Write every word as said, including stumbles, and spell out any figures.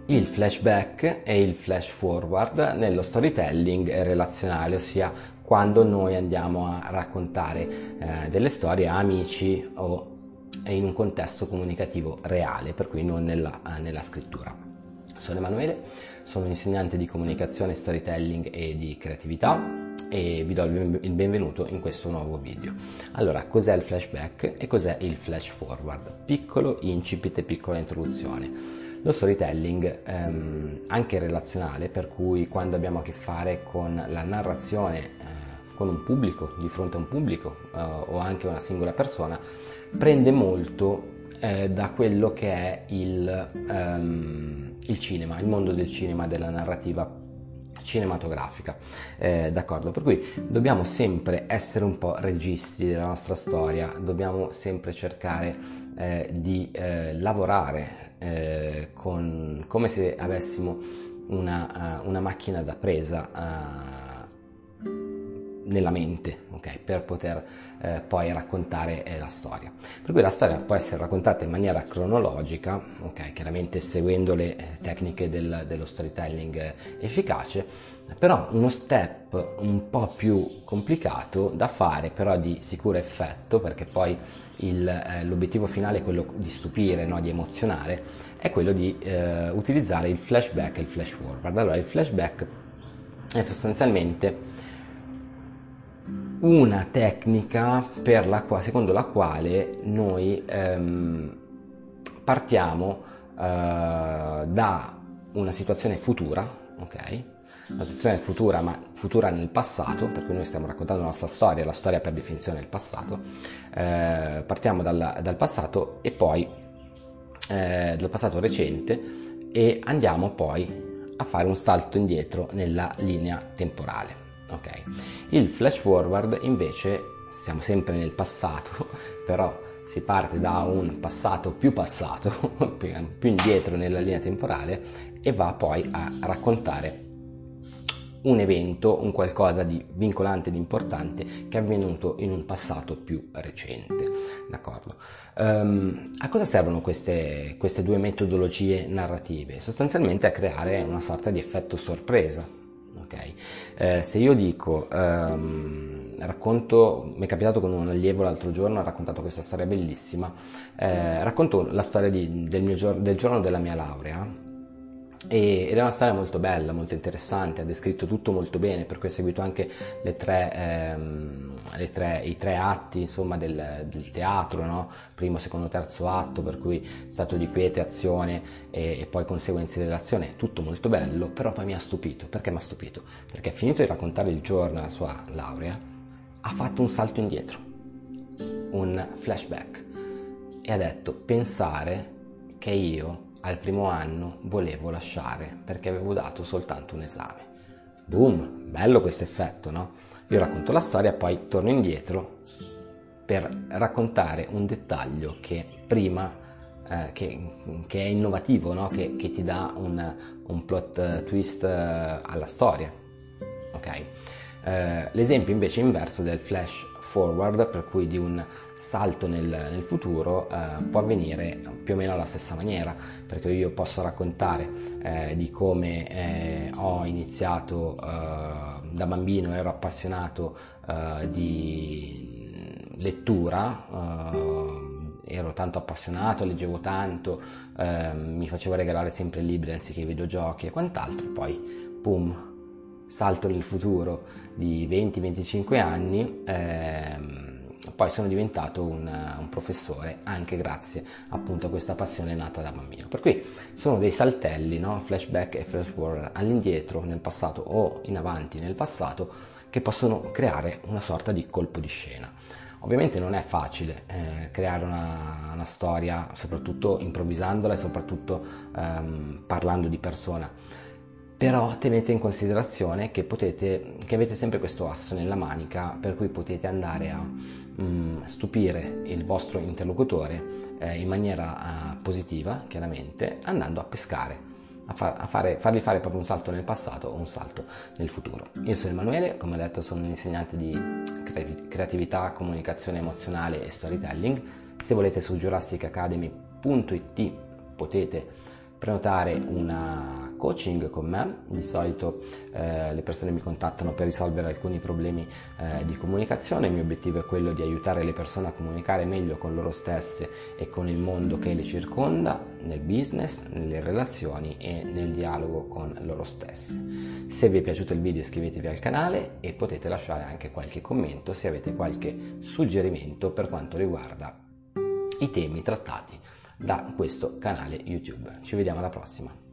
il flashback e il flash forward nello storytelling relazionale, ossia quando noi andiamo a raccontare eh, delle storie a amici o in un contesto comunicativo reale, per cui non nella, eh, nella scrittura. Sono Emanuele, sono un insegnante di comunicazione, storytelling e di creatività e vi do il benvenuto in questo nuovo video. Allora, cos'è il flashback e cos'è il flash forward? Piccolo incipit e piccola introduzione. Lo storytelling, ehm, anche relazionale, per cui quando abbiamo a che fare con la narrazione eh, con un pubblico, di fronte a un pubblico eh, o anche una singola persona, prende molto eh, da quello che è il, um, il cinema, il mondo del cinema, della narrativa cinematografica, eh, d'accordo? Per cui dobbiamo sempre essere un po' registi della nostra storia, dobbiamo sempre cercare eh, di eh, lavorare eh, con, come se avessimo una, uh, una macchina da presa uh, nella mente, ok? Per poter eh, poi raccontare eh, la storia. Per cui la storia può essere raccontata in maniera cronologica, ok? Chiaramente seguendo le eh, tecniche del, dello storytelling eh, efficace, però uno step un po' più complicato da fare, però di sicuro effetto, perché poi il, eh, l'obiettivo finale è quello di stupire, no? Di emozionare, è quello di eh, utilizzare il flashback e il flash forward. Allora, il flashback è sostanzialmente una tecnica per la qua, secondo la quale noi ehm, partiamo eh, da una situazione futura, ok? Una situazione futura, ma futura nel passato, per cui noi stiamo raccontando la nostra storia, la storia per definizione è il passato. Eh, partiamo dal, dal passato e poi eh, dal passato recente e andiamo poi a fare un salto indietro nella linea temporale. Ok, il flash forward invece siamo sempre nel passato, però si parte da un passato più passato, più indietro nella linea temporale e va poi a raccontare un evento, un qualcosa di vincolante, di importante che è avvenuto in un passato più recente, d'accordo? Um, a cosa servono queste, queste due metodologie narrative? Sostanzialmente a creare una sorta di effetto sorpresa. Okay. Eh, se io dico, ehm, racconto, mi è capitato con un allievo l'altro giorno, ha raccontato questa storia bellissima, eh, racconto la storia di, del, mio giorno, del giorno della mia laurea e, ed è una storia molto bella, molto interessante, ha descritto tutto molto bene, per cui ho seguito anche le tre, ehm, le tre, i tre atti insomma, del, del teatro, no? Primo, secondo, terzo atto, per cui stato di quiete, azione e, e poi conseguenze dell'azione, tutto molto bello, però poi mi ha stupito. Perché mi ha stupito? Perché finito di raccontare il giorno della sua laurea, ha fatto un salto indietro, un flashback, e ha detto: pensare che io al primo anno volevo lasciare perché avevo dato soltanto un esame. Boom, bello questo effetto, no? Io racconto la storia e poi torno indietro per raccontare un dettaglio che prima, eh, che, che è innovativo, no? Che, che ti dà un, un plot twist eh, alla storia, ok? Eh, l'esempio invece inverso del flash forward, per cui di un salto nel, nel futuro, eh, può avvenire più o meno alla stessa maniera, perché io posso raccontare eh, di come eh, ho iniziato eh, da bambino, ero appassionato eh, di lettura, eh, ero tanto appassionato, leggevo tanto, eh, mi facevo regalare sempre libri anziché i videogiochi e quant'altro, e poi boom, salto nel futuro di venti venticinque anni, ehm, poi sono diventato un, un professore anche grazie appunto a questa passione nata da bambino. Per cui sono dei saltelli, no? Flashback e flash forward, all'indietro nel passato o in avanti nel passato, che possono creare una sorta di colpo di scena. Ovviamente non è facile eh, creare una, una storia, soprattutto improvvisandola e soprattutto ehm, parlando di persona. Però tenete in considerazione che, potete, che avete sempre questo asso nella manica, per cui potete andare a mm, stupire il vostro interlocutore eh, in maniera uh, positiva, chiaramente, andando a pescare, a, fa- a fare, fargli fare proprio un salto nel passato o un salto nel futuro. Io sono Emanuele, come ho detto sono un insegnante di cre- creatività, comunicazione emozionale e storytelling. Se volete su jurassic academy punto it potete prenotare una coaching con me. Di solito eh, le persone mi contattano per risolvere alcuni problemi eh, di comunicazione. Il mio obiettivo è quello di aiutare le persone a comunicare meglio con loro stesse e con il mondo che le circonda, nel business, nelle relazioni e nel dialogo con loro stesse. Se vi è piaciuto il video iscrivetevi al canale e potete lasciare anche qualche commento se avete qualche suggerimento per quanto riguarda i temi trattati da questo canale YouTube. Ci vediamo alla prossima.